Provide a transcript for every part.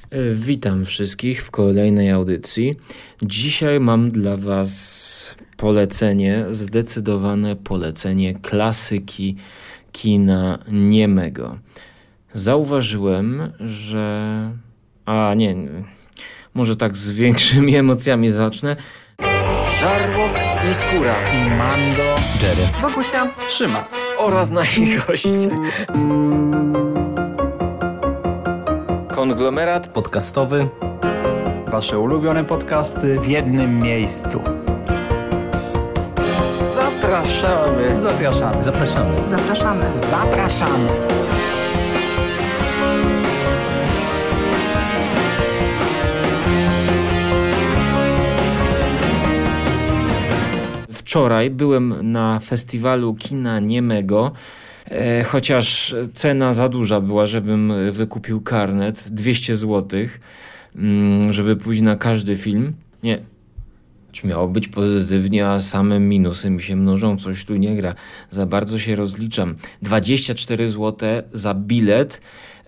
Witam wszystkich w kolejnej audycji. Dzisiaj mam dla Was zdecydowane polecenie klasyki kina niemego. Zauważyłem, że... może tak z większymi emocjami zacznę. Żarłok i Skóra i Mando, Jerry, Bogusia, Trzyma oraz nasi goście. Konglomerat podcastowy. Wasze ulubione podcasty w jednym miejscu. Zapraszamy. Zapraszamy. Zapraszamy. Zapraszamy. Zapraszamy. Wczoraj byłem na festiwalu kina niemego, chociaż cena za duża była, żebym wykupił karnet, 200 zł, żeby pójść na każdy film. Nie, czy miało być pozytywnie, a same minusy mi się mnożą, coś tu nie gra. Za bardzo się rozliczam. 24 zł za bilet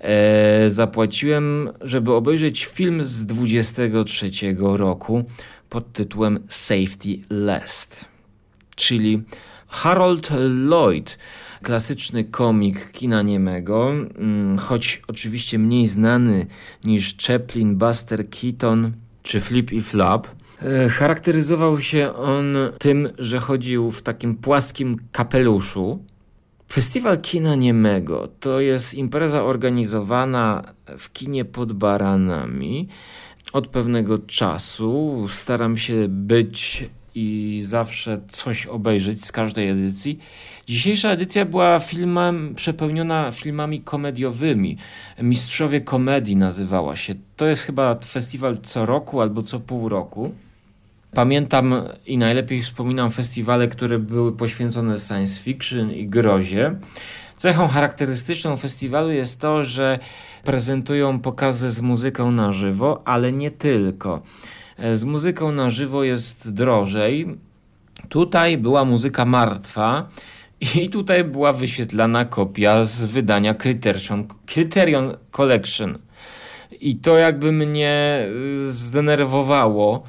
zapłaciłem, żeby obejrzeć film z 23 roku pod tytułem Safety Last, czyli Harold Lloyd, klasyczny komik kina niemego, choć oczywiście mniej znany niż Chaplin, Buster Keaton czy Flip i Flop. Charakteryzował się on tym, że chodził w takim płaskim kapeluszu. Festiwal kina niemego to jest impreza organizowana w kinie pod Baranami. Od pewnego czasu staram się być i zawsze coś obejrzeć z każdej edycji. Dzisiejsza edycja była przepełniona filmami komediowymi. Mistrzowie Komedii nazywała się. To jest chyba festiwal co roku albo co pół roku. Pamiętam i najlepiej wspominam festiwale, które były poświęcone science fiction i grozie. Cechą charakterystyczną festiwalu jest to, że prezentują pokazy z muzyką na żywo, ale nie tylko. Z muzyką na żywo jest drożej. Tutaj była muzyka martwa i tutaj była wyświetlana kopia z wydania Criterion Collection. I to jakby mnie zdenerwowało.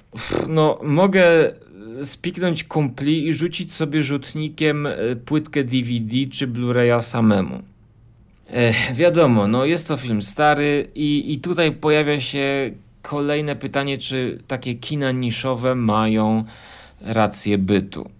Mogę spiknąć kumpli i rzucić sobie rzutnikiem płytkę DVD czy Blu-raya samemu. Wiadomo, jest to film stary i tutaj pojawia się kolejne pytanie, czy takie kina niszowe mają rację bytu.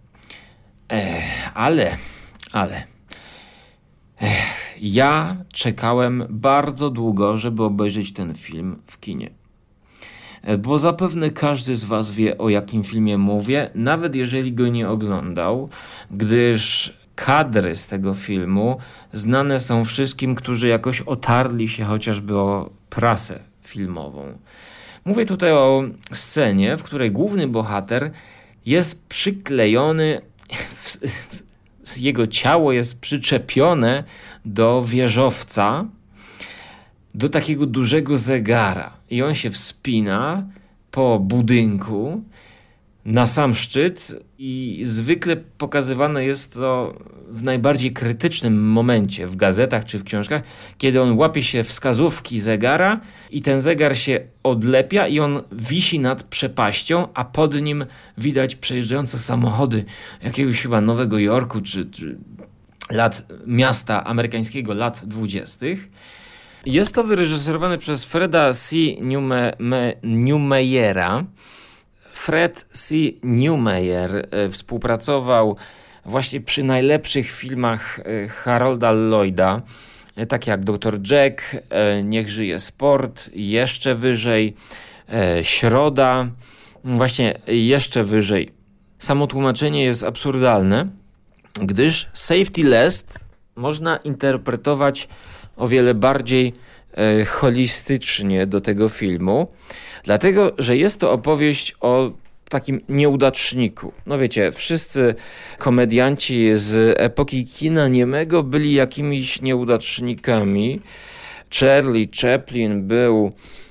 Ja czekałem bardzo długo, żeby obejrzeć ten film w kinie. Bo zapewne każdy z Was wie, o jakim filmie mówię, nawet jeżeli go nie oglądał, gdyż kadry z tego filmu znane są wszystkim, którzy jakoś otarli się chociażby o prasę filmową. Mówię tutaj o scenie, w której główny bohater jest przyklejony, jego ciało jest przyczepione do wieżowca, do takiego dużego zegara i on się wspina po budynku na sam szczyt i zwykle pokazywane jest to w najbardziej krytycznym momencie w gazetach czy w książkach, kiedy on łapie się wskazówki zegara i ten zegar się odlepia i on wisi nad przepaścią, a pod nim widać przejeżdżające samochody jakiegoś chyba Nowego Jorku czy miasta amerykańskiego lat 20. Jest to wyreżyserowane przez Freda C. Newmayera. Fred C. Newmayer współpracował właśnie przy najlepszych filmach Harolda Lloyda, takie jak Dr. Jack, Niech żyje sport, jeszcze wyżej, Środa, właśnie jeszcze wyżej. Samo tłumaczenie jest absurdalne, gdyż Safety Last można interpretować o wiele bardziej holistycznie do tego filmu, dlatego, że jest to opowieść o takim nieudaczniku. Wiecie, wszyscy komedianci z epoki kina niemego byli jakimiś nieudacznikami. Charlie Chaplin był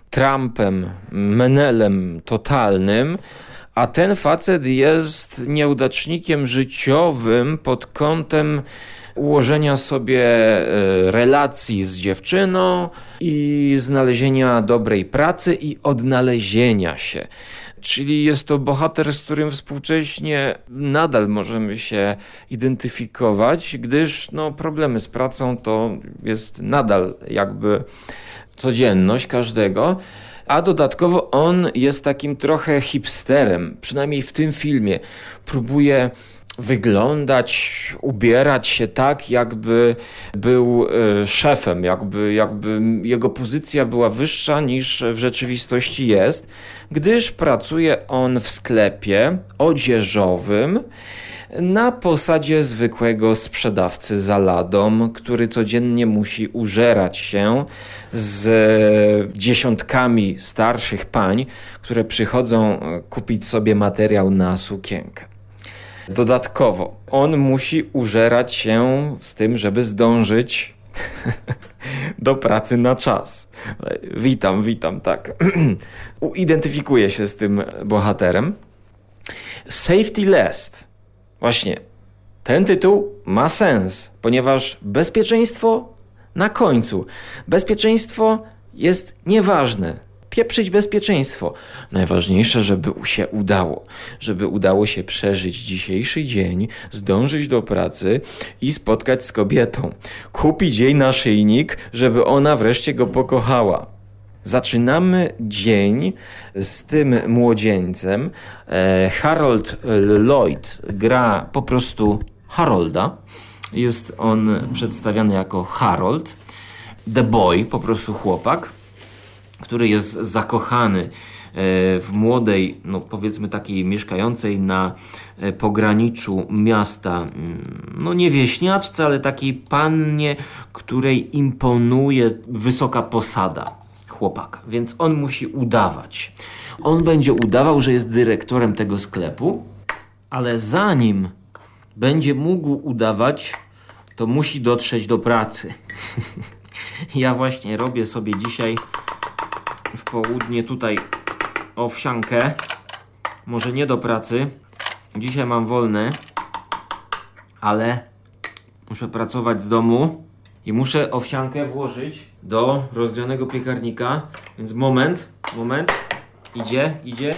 Trumpem, menelem totalnym, a ten facet jest nieudacznikiem życiowym pod kątem ułożenia sobie relacji z dziewczyną i znalezienia dobrej pracy i odnalezienia się. Czyli jest to bohater, z którym współcześnie nadal możemy się identyfikować, gdyż problemy z pracą to jest nadal jakby codzienność każdego, a dodatkowo on jest takim trochę hipsterem, przynajmniej w tym filmie. Próbuje wyglądać, ubierać się tak, jakby był szefem, jakby jego pozycja była wyższa niż w rzeczywistości jest, gdyż pracuje on w sklepie odzieżowym na posadzie zwykłego sprzedawcy za ladą, który codziennie musi użerać się z dziesiątkami starszych pań, które przychodzą kupić sobie materiał na sukienkę. Dodatkowo on musi użerać się z tym, żeby zdążyć do pracy na czas. Witam, tak. Identyfikuję się z tym bohaterem. Safety Last. Właśnie, ten tytuł ma sens, ponieważ bezpieczeństwo na końcu. Bezpieczeństwo jest nieważne. Pieprzyć bezpieczeństwo. Najważniejsze, żeby się udało. Żeby udało się przeżyć dzisiejszy dzień, zdążyć do pracy i spotkać z kobietą. Kupić jej naszyjnik, żeby ona wreszcie go pokochała. Zaczynamy dzień z tym młodzieńcem. Harold Lloyd gra po prostu Harolda. Jest on przedstawiany jako Harold. The boy, po prostu chłopak, który jest zakochany w młodej, powiedzmy takiej mieszkającej na pograniczu miasta, nie wieśniaczce, ale takiej pannie, której imponuje wysoka posada chłopaka. Więc on musi udawać. On będzie udawał, że jest dyrektorem tego sklepu, ale zanim będzie mógł udawać, to musi dotrzeć do pracy. Ja właśnie robię sobie dzisiaj w południe tutaj owsiankę. Może nie do pracy. Dzisiaj mam wolne, ale muszę pracować z domu i muszę owsiankę włożyć do rozgrzanego piekarnika. Więc moment. Idzie.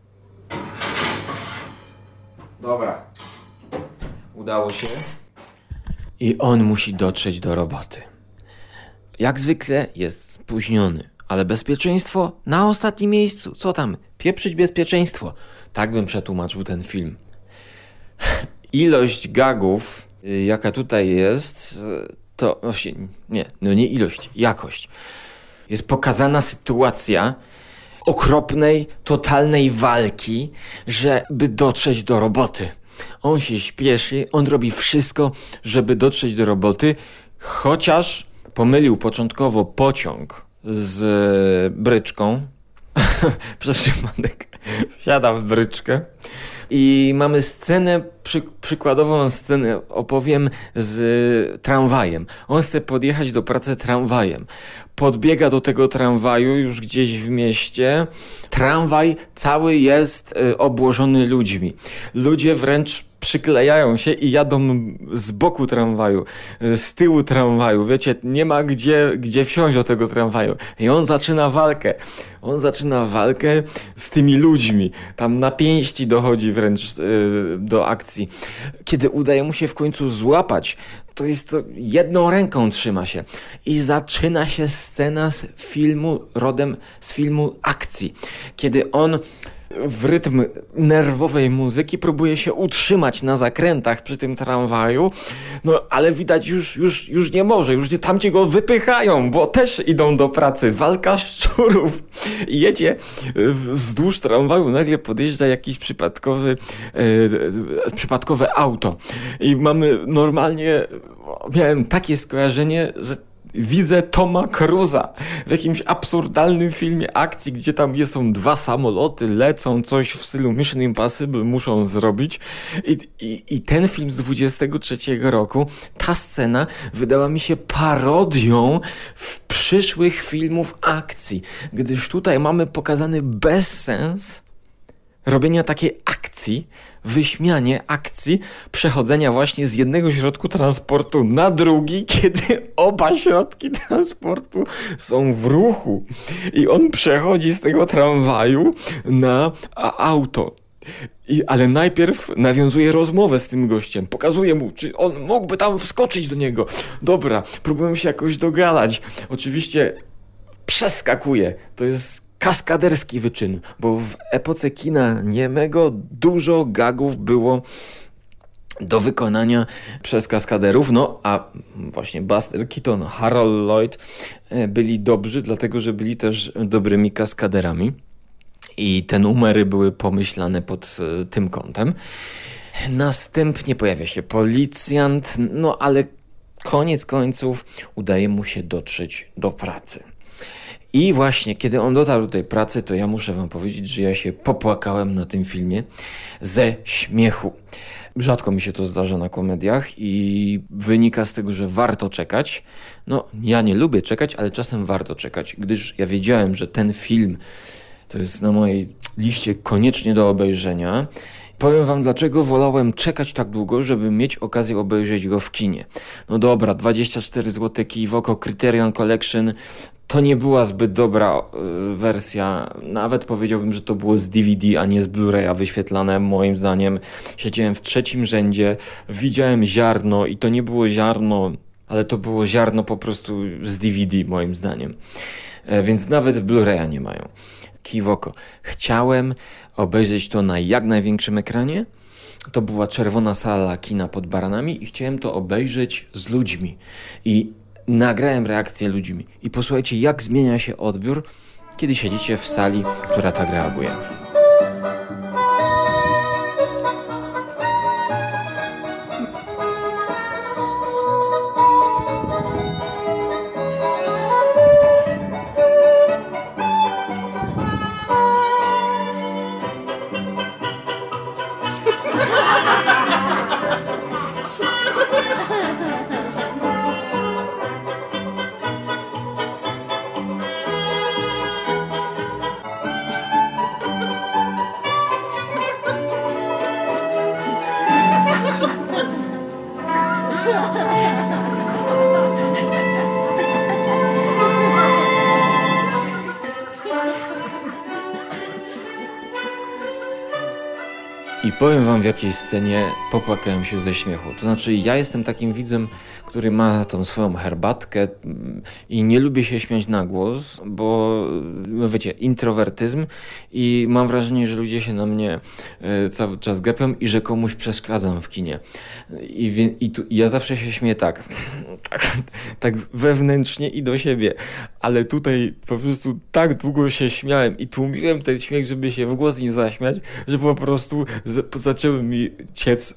Dobra. Udało się. I on musi dotrzeć do roboty. Jak zwykle jest spóźniony. Ale bezpieczeństwo na ostatnim miejscu. Co tam? Pieprzyć bezpieczeństwo. Tak bym przetłumaczył ten film. Ilość gagów, jaka tutaj jest, to właśnie nie ilość, jakość. Jest pokazana sytuacja okropnej, totalnej walki, żeby dotrzeć do roboty. On się śpieszy, on robi wszystko, żeby dotrzeć do roboty, chociaż pomylił początkowo pociąg z bryczką. Przez przypadek wsiada w bryczkę. I mamy scenę, przykładową scenę opowiem z tramwajem. On chce podjechać do pracy tramwajem. Podbiega do tego tramwaju już gdzieś w mieście. Tramwaj cały jest obłożony ludźmi. Ludzie wręcz przyklejają się i jadą z boku tramwaju, z tyłu tramwaju. Wiecie, nie ma gdzie wsiąść do tego tramwaju. I on zaczyna walkę. Z tymi ludźmi. Tam na pięści dochodzi wręcz do akcji. Kiedy udaje mu się w końcu złapać, to jest to jedną ręką trzyma się. I zaczyna się scena rodem z filmu akcji. Kiedy on w rytm nerwowej muzyki próbuje się utrzymać na zakrętach przy tym tramwaju, ale widać już nie może, tamci go wypychają, bo też idą do pracy. Walka szczurów. Jedzie wzdłuż tramwaju, nagle podjeżdża jakiś przypadkowe auto. I miałem takie skojarzenie, że widzę Toma Cruza w jakimś absurdalnym filmie akcji, gdzie tam są 2 samoloty, lecą, coś w stylu Mission Impossible muszą zrobić. I ten film z 23 roku, ta scena wydała mi się parodią przyszłych filmów akcji, gdyż tutaj mamy pokazany bezsens robienia takiej akcji, wyśmianie akcji przechodzenia właśnie z jednego środku transportu na drugi, kiedy oba środki transportu są w ruchu i on przechodzi z tego tramwaju na auto. Ale najpierw nawiązuje rozmowę z tym gościem, pokazuje mu, czy on mógłby tam wskoczyć do niego. Dobra, próbuję się jakoś dogadać. Oczywiście przeskakuje. To jest kaskaderski wyczyn, bo w epoce kina niemego dużo gagów było do wykonania przez kaskaderów, no a właśnie Buster Keaton, Harold Lloyd byli dobrzy, dlatego że byli też dobrymi kaskaderami i te numery były pomyślane pod tym kątem. Następnie pojawia się policjant, no ale koniec końców udaje mu się dotrzeć do pracy. I właśnie, kiedy on dotarł do tej pracy, to ja muszę wam powiedzieć, że ja się popłakałem na tym filmie ze śmiechu. Rzadko mi się to zdarza na komediach i wynika z tego, że warto czekać. No, ja nie lubię czekać, ale czasem warto czekać, gdyż ja wiedziałem, że ten film to jest na mojej liście koniecznie do obejrzenia. Powiem wam, dlaczego wolałem czekać tak długo, żeby mieć okazję obejrzeć go w kinie. No dobra, 24 zł kij w oko, Criterion Collection, to nie była zbyt dobra wersja. Nawet powiedziałbym, że to było z DVD, a nie z Blu-raya wyświetlane. Moim zdaniem siedziałem w trzecim rzędzie, widziałem ziarno i to nie było ziarno, ale to było ziarno po prostu z DVD moim zdaniem. Więc nawet Blu-raya nie mają. Kij w oko. Chciałem obejrzeć to na jak największym ekranie. To była czerwona sala kina pod Baranami i chciałem to obejrzeć z ludźmi. I nagrałem reakcję ludźmi. I posłuchajcie, jak zmienia się odbiór, kiedy siedzicie w sali, która tak reaguje. I powiem wam, w jakiej scenie popłakałem się ze śmiechu. To znaczy, ja jestem takim widzem, który ma tą swoją herbatkę i nie lubię się śmiać na głos, bo wiecie, introwertyzm i mam wrażenie, że ludzie się na mnie cały czas gapią i że komuś przeszkadzam w kinie. I ja zawsze się śmieję tak wewnętrznie i do siebie, ale tutaj po prostu tak długo się śmiałem i tłumiłem ten śmiech, żeby się w głos nie zaśmiać, że po prostu zaczęły mi ciec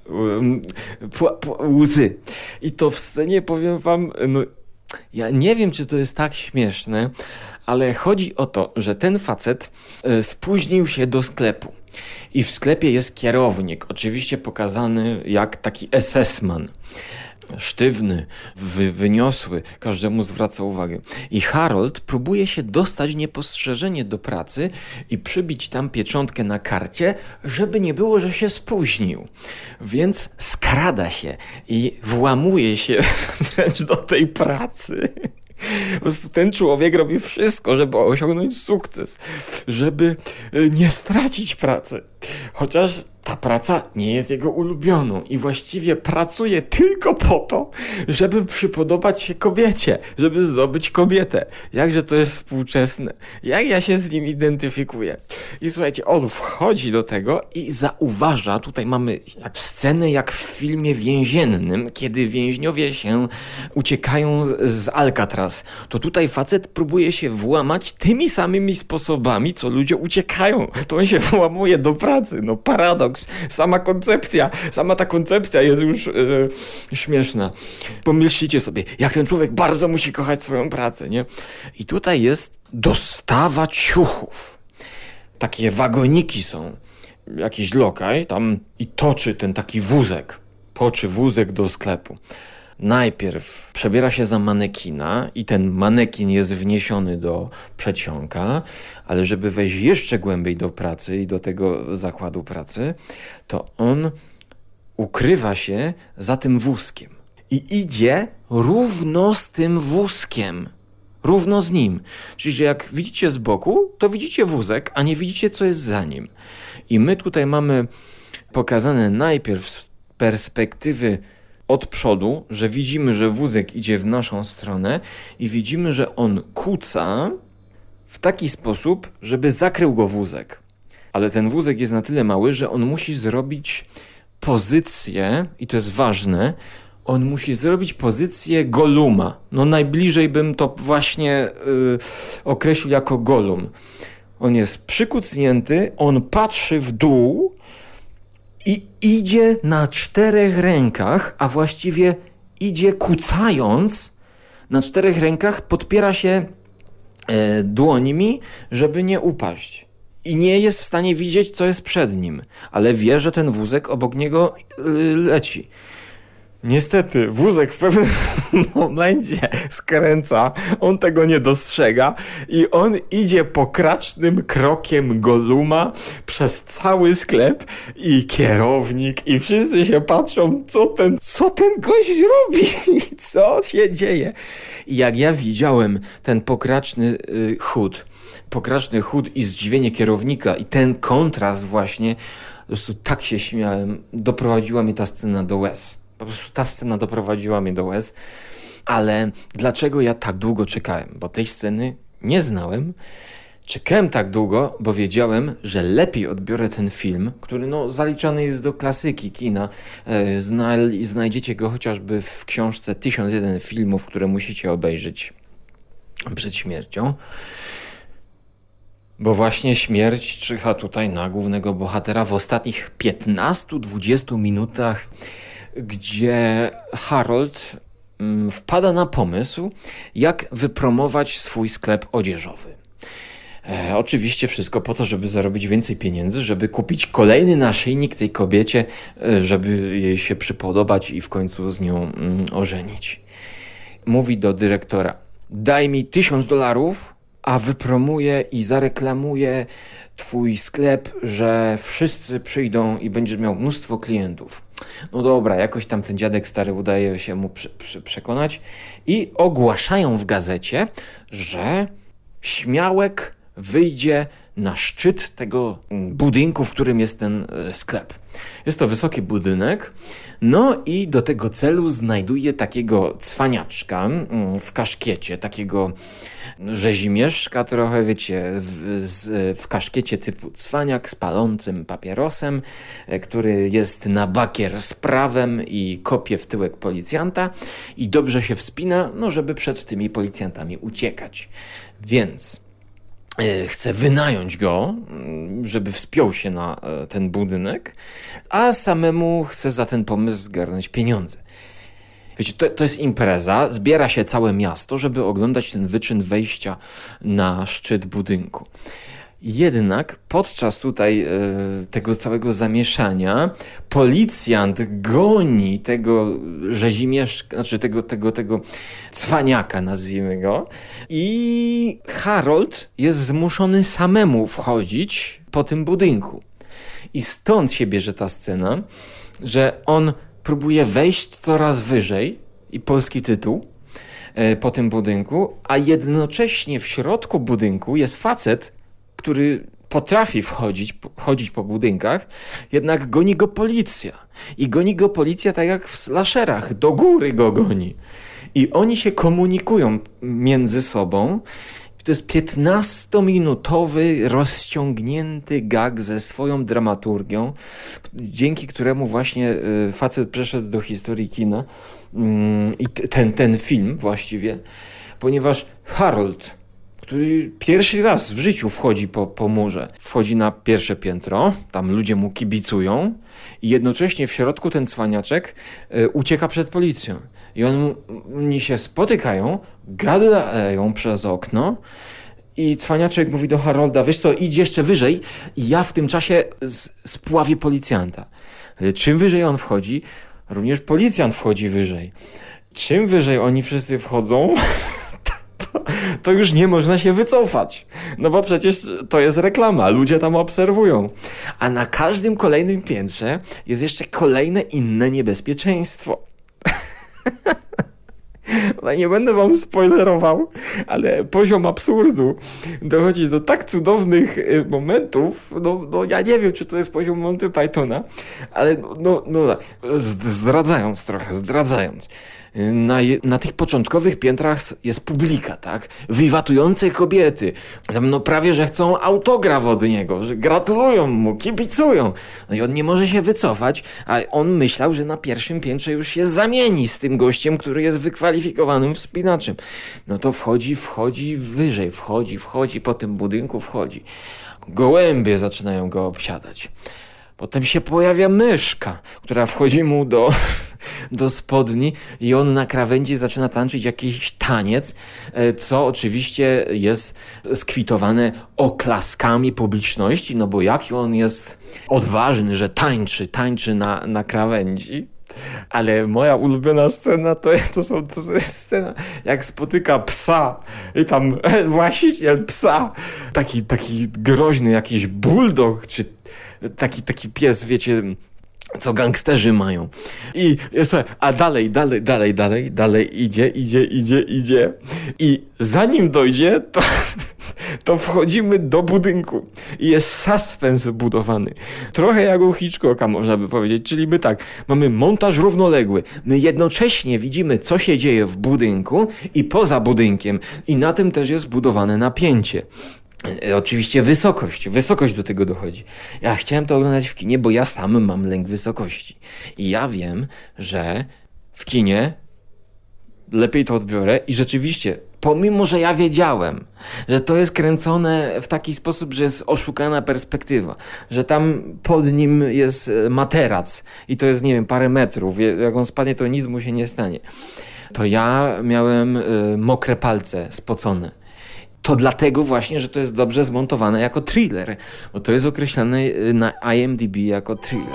łzy. I to w scenie, powiem wam, no ja nie wiem, czy to jest tak śmieszne, ale chodzi o to, że ten facet spóźnił się do sklepu. I w sklepie jest kierownik, oczywiście pokazany jak taki SS-man. Sztywny, wyniosły, każdemu zwraca uwagę. I Harold próbuje się dostać niepostrzeżenie do pracy i przybić tam pieczątkę na karcie, żeby nie było, że się spóźnił. Więc skrada się i włamuje się wręcz do tej pracy. Po prostu ten człowiek robi wszystko, żeby osiągnąć sukces, żeby nie stracić pracy. Chociaż ta praca nie jest jego ulubioną i właściwie pracuje tylko po to, żeby przypodobać się kobiecie, żeby zdobyć kobietę. Jakże to jest współczesne. Jak ja się z nim identyfikuję. I słuchajcie, on wchodzi do tego i zauważa, tutaj mamy scenę jak w filmie więziennym, kiedy więźniowie się uciekają z Alcatraz. To tutaj facet próbuje się włamać tymi samymi sposobami, co ludzie uciekają. To on się włamuje do pracy. No paradoks Sama ta koncepcja jest już śmieszna. Pomyślcie sobie, jak ten człowiek bardzo musi kochać swoją pracę, nie? I tutaj jest dostawa ciuchów. Takie wagoniki są. Jakiś lokaj tam i toczy ten taki wózek. Toczy wózek do sklepu. Najpierw przebiera się za manekina i ten manekin jest wniesiony do przedsionka, ale żeby wejść jeszcze głębiej do pracy i do tego zakładu pracy, to on ukrywa się za tym wózkiem i idzie równo z tym wózkiem. Równo z nim. Czyli, że jak widzicie z boku, to widzicie wózek, a nie widzicie, co jest za nim. I my tutaj mamy pokazane najpierw z perspektywy od przodu, że widzimy, że wózek idzie w naszą stronę i widzimy, że on kuca w taki sposób, żeby zakrył go wózek. Ale ten wózek jest na tyle mały, że on musi zrobić pozycję, i to jest ważne, on musi zrobić pozycję Goluma. No najbliżej bym to właśnie określił jako Golum. On jest przykucnięty, on patrzy w dół i idzie na 4 rękach, a właściwie idzie kucając na 4 rękach, podpiera się dłońmi, żeby nie upaść. I nie jest w stanie widzieć, co jest przed nim, ale wie, że ten wózek obok niego leci. Niestety, wózek w pewnym momencie skręca, on tego nie dostrzega i on idzie pokracznym krokiem Goluma przez cały sklep i kierownik i wszyscy się patrzą, co ten gość robi, co się dzieje. I jak ja widziałem ten pokraczny chód i zdziwienie kierownika i ten kontrast właśnie, po prostu tak się śmiałem, doprowadziła mnie ta scena do łez. Po prostu ta scena doprowadziła mnie do łez. Ale dlaczego ja tak długo czekałem? Bo tej sceny nie znałem. Czekałem tak długo, bo wiedziałem, że lepiej odbiorę ten film, który zaliczany jest do klasyki kina. Znajdziecie go chociażby w książce 1001 filmów, które musicie obejrzeć przed śmiercią. Bo właśnie śmierć czyha tutaj na głównego bohatera w ostatnich 15-20 minutach, gdzie Harold wpada na pomysł, jak wypromować swój sklep odzieżowy. Oczywiście wszystko po to, żeby zarobić więcej pieniędzy, żeby kupić kolejny naszyjnik tej kobiecie, żeby jej się przypodobać i w końcu z nią ożenić. Mówi do dyrektora: daj mi $1000, a wypromuję i zareklamuję twój sklep, że wszyscy przyjdą i będziesz miał mnóstwo klientów. No dobra, jakoś tam ten dziadek stary udaje się mu przekonać i ogłaszają w gazecie, że Śmiałek wyjdzie na szczyt tego budynku, w którym jest ten sklep. Jest to wysoki budynek, no i do tego celu znajduje takiego cwaniaczka w kaszkiecie, takiego rzezimieszka trochę, wiecie, w kaszkiecie typu cwaniak z palącym papierosem, który jest na bakier z prawem i kopie w tyłek policjanta i dobrze się wspina, żeby przed tymi policjantami uciekać. Więc chce wynająć go, żeby wspiął się na ten budynek, a samemu chce za ten pomysł zgarnąć pieniądze. Wiecie, to jest impreza, zbiera się całe miasto, żeby oglądać ten wyczyn wejścia na szczyt budynku. Jednak podczas tutaj tego całego zamieszania policjant goni tego rzezimieszka, znaczy tego cwaniaka, nazwijmy go, i Harold jest zmuszony samemu wchodzić po tym budynku. I stąd się bierze ta scena, że on próbuje wejść coraz wyżej, i polski tytuł, po tym budynku, a jednocześnie w środku budynku jest facet, który potrafi chodzić po budynkach, jednak goni go policja. I goni go policja tak jak w slasherach, do góry go goni. I oni się komunikują między sobą. To jest 15-minutowy, rozciągnięty gag ze swoją dramaturgią, dzięki któremu właśnie facet przeszedł do historii kina. I ten film właściwie, ponieważ Harold, który pierwszy raz w życiu wchodzi po murze. Wchodzi na pierwsze piętro, tam ludzie mu kibicują i jednocześnie w środku ten cwaniaczek ucieka przed policją. I oni się spotykają, gadają przez okno i cwaniaczek mówi do Harolda, wiesz co, idź jeszcze wyżej i ja w tym czasie spławię policjanta. Ale czym wyżej on wchodzi, również policjant wchodzi wyżej. Czym wyżej oni wszyscy wchodzą, to już nie można się wycofać. No bo przecież to jest reklama, ludzie tam obserwują. A na każdym kolejnym piętrze jest jeszcze kolejne inne niebezpieczeństwo. No nie będę wam spoilerował, ale poziom absurdu dochodzi do tak cudownych momentów, no ja nie wiem, czy to jest poziom Monty Pythona, ale zdradzając. Na tych początkowych piętrach jest publika, tak? Wiwatujące kobiety. No prawie, że chcą autograf od niego, że gratulują mu, kibicują. No i on nie może się wycofać, a on myślał, że na pierwszym piętrze już się zamieni z tym gościem, który jest wykwalifikowanym wspinaczem. No to wchodzi wyżej, wchodzi, po tym budynku wchodzi. Gołębie zaczynają go obsiadać. Potem się pojawia myszka, która wchodzi mu do spodni i on na krawędzi zaczyna tańczyć jakiś taniec, co oczywiście jest skwitowane oklaskami publiczności, no bo jaki on jest odważny, że tańczy na krawędzi. Ale moja ulubiona scena to jest scena, jak spotyka psa i tam właściciel psa, taki groźny jakiś bulldog, czy taki pies, wiecie, co gangsterzy mają. I słuchaj, a dalej idzie. I zanim dojdzie, to wchodzimy do budynku i jest suspens budowany. Trochę jak u Hitchcocka, można by powiedzieć. Czyli my tak, mamy montaż równoległy. My jednocześnie widzimy, co się dzieje w budynku i poza budynkiem. I na tym też jest budowane napięcie. Oczywiście wysokość do tego dochodzi. Ja chciałem to oglądać w kinie, bo ja sam mam lęk wysokości. I ja wiem, że w kinie lepiej to odbiorę i rzeczywiście, pomimo że ja wiedziałem, że to jest kręcone w taki sposób, że jest oszukana perspektywa, że tam pod nim jest materac i to jest, nie wiem, parę metrów, jak on spadnie, to nic mu się nie stanie. To ja miałem mokre palce, spocone. To dlatego właśnie, że to jest dobrze zmontowane jako thriller, bo to jest określane na IMDb jako thriller.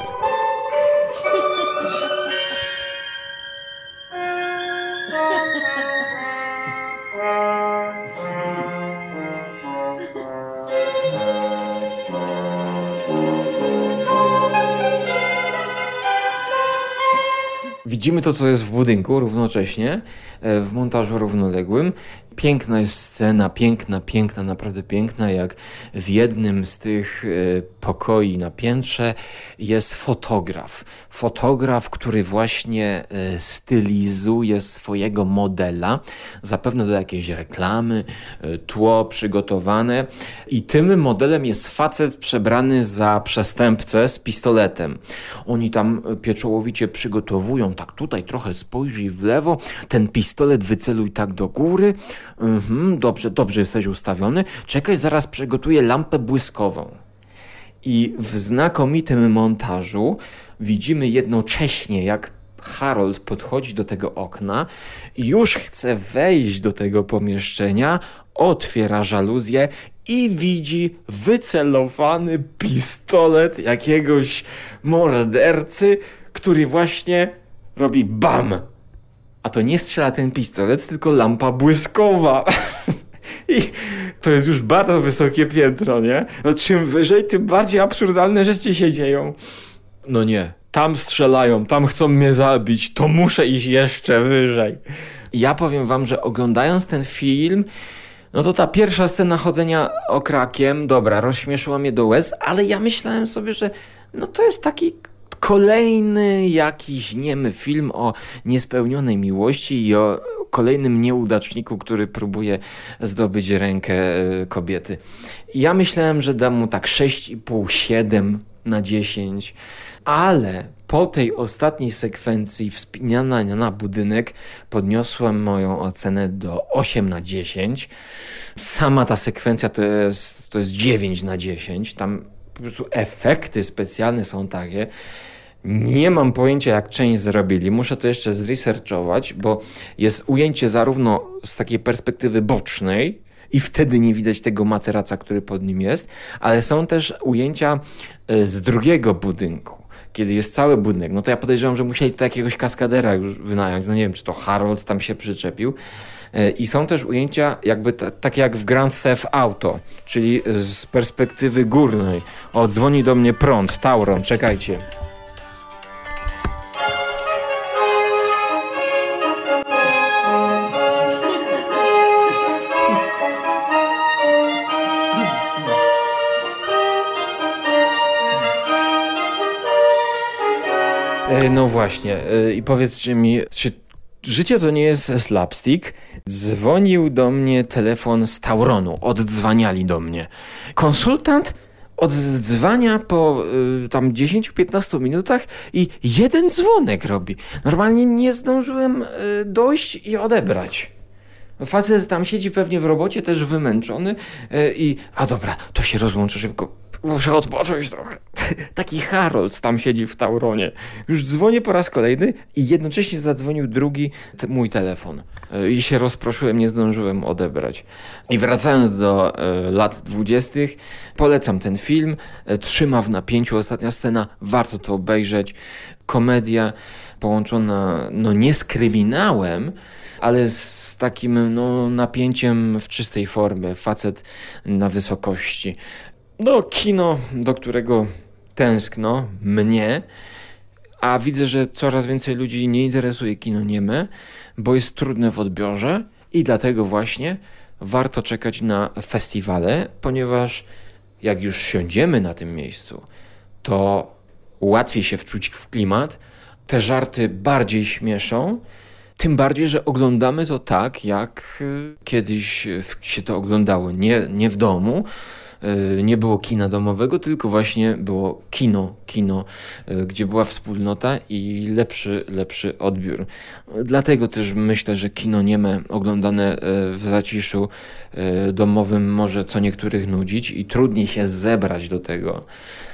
Widzimy to, co jest w budynku równocześnie, w montażu równoległym. Piękna jest scena, piękna, naprawdę piękna, jak w jednym z tych pokoi na piętrze jest fotograf, który właśnie stylizuje swojego modela, zapewne do jakiejś reklamy, tło przygotowane i tym modelem jest facet przebrany za przestępcę z pistoletem. Oni tam pieczołowicie przygotowują, tak tutaj trochę spojrzyj w lewo, ten pistolet wyceluj tak do góry, dobrze jesteś ustawiony, czekaj, zaraz przygotuję lampę błyskową. I w znakomitym montażu widzimy jednocześnie, jak Harold podchodzi do tego okna i już chce wejść do tego pomieszczenia, otwiera żaluzję i widzi wycelowany pistolet jakiegoś mordercy, który właśnie robi BAM! A to nie strzela ten pistolet, tylko lampa błyskowa. I to jest już bardzo wysokie piętro, nie? No czym wyżej, tym bardziej absurdalne rzeczy się dzieją. No nie, tam strzelają, tam chcą mnie zabić, to muszę iść jeszcze wyżej. Ja powiem wam, że oglądając ten film, no to ta pierwsza scena chodzenia okrakiem, dobra, rozśmieszyła mnie do łez, ale ja myślałem sobie, że no to jest taki kolejny jakiś niemy film o niespełnionej miłości i o kolejnym nieudaczniku, który próbuje zdobyć rękę kobiety. Ja myślałem, że dam mu tak 6,5, 7, 8/10, ale po tej ostatniej sekwencji wspinania na budynek podniosłem moją ocenę do 8/10. Sama ta sekwencja to jest 9/10. Tam po prostu efekty specjalne są takie. Nie mam pojęcia, jak część zrobili. Muszę to jeszcze zresearchować, bo jest ujęcie zarówno z takiej perspektywy bocznej i wtedy nie widać tego materaca, który pod nim jest, ale są też ujęcia z drugiego budynku, kiedy jest cały budynek. No to ja podejrzewam, że musieli to jakiegoś kaskadera już wynająć. No nie wiem, czy to Harold tam się przyczepił. I są też ujęcia jakby takie jak w Grand Theft Auto, czyli z perspektywy górnej. O, dzwoni do mnie prąd, Tauron, czekajcie. No właśnie, i powiedzcie mi, czy życie to nie jest slapstick? Dzwonił do mnie telefon z Tauronu, oddzwaniali do mnie. Konsultant oddzwania po tam 10-15 minutach i jeden dzwonek robi. Normalnie nie zdążyłem dojść i odebrać. Facet tam siedzi pewnie w robocie, też wymęczony a dobra, to się rozłączę szybko. Muszę odpocząć trochę. Taki Harold tam siedzi w Tauronie. Już dzwonię po raz kolejny i jednocześnie zadzwonił drugi mój telefon. I się rozproszyłem, nie zdążyłem odebrać. I wracając do lat 20. polecam ten film. Trzyma w napięciu ostatnia scena. Warto to obejrzeć. Komedia połączona nie z kryminałem, ale z takim napięciem w czystej formie. Facet na wysokości. Kino, do którego tęskno, mnie, a widzę, że coraz więcej ludzi nie interesuje kino nieme, bo jest trudne w odbiorze i dlatego właśnie warto czekać na festiwale, ponieważ jak już siądziemy na tym miejscu, to łatwiej się wczuć w klimat, te żarty bardziej śmieszą, tym bardziej, że oglądamy to tak, jak kiedyś się to oglądało, nie w domu. Nie było kina domowego, tylko właśnie było kino, gdzie była wspólnota i lepszy odbiór. Dlatego też myślę, że kino nieme oglądane w zaciszu domowym może co niektórych nudzić i trudniej się zebrać do tego.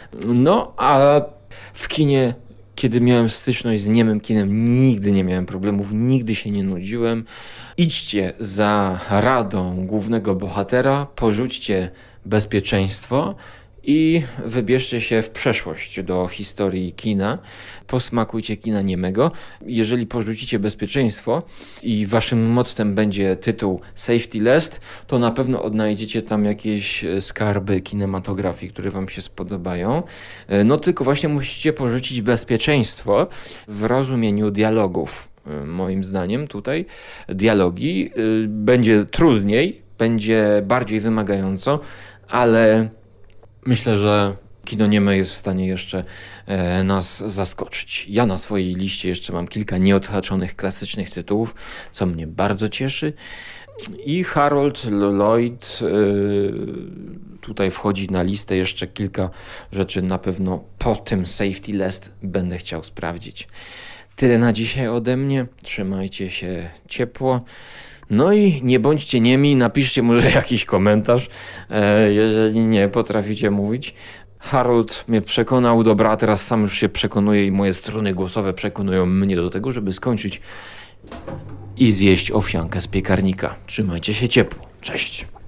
A w kinie, kiedy miałem styczność z niemym kinem, nigdy nie miałem problemów, nigdy się nie nudziłem. Idźcie za radą głównego bohatera, porzućcie bezpieczeństwo i wybierzcie się w przeszłość do historii kina. Posmakujcie kina niemego. Jeżeli porzucicie bezpieczeństwo i waszym mottem będzie tytuł Safety Last, to na pewno odnajdziecie tam jakieś skarby kinematografii, które wam się spodobają. Tylko właśnie musicie porzucić bezpieczeństwo w rozumieniu dialogów. Moim zdaniem tutaj dialogi będzie trudniej, będzie bardziej wymagająco, ale myślę, że kino nieme jest w stanie jeszcze nas zaskoczyć. Ja na swojej liście jeszcze mam kilka nieodhaczonych klasycznych tytułów, co mnie bardzo cieszy. I Harold Lloyd tutaj wchodzi na listę. Jeszcze kilka rzeczy na pewno po tym Safety Last będę chciał sprawdzić. Tyle na dzisiaj ode mnie. Trzymajcie się ciepło. I nie bądźcie niemi, napiszcie może jakiś komentarz, jeżeli nie potraficie mówić. Harold mnie przekonał, dobra, a teraz sam już się przekonuję i moje struny głosowe przekonują mnie do tego, żeby skończyć i zjeść owsiankę z piekarnika. Trzymajcie się ciepło. Cześć!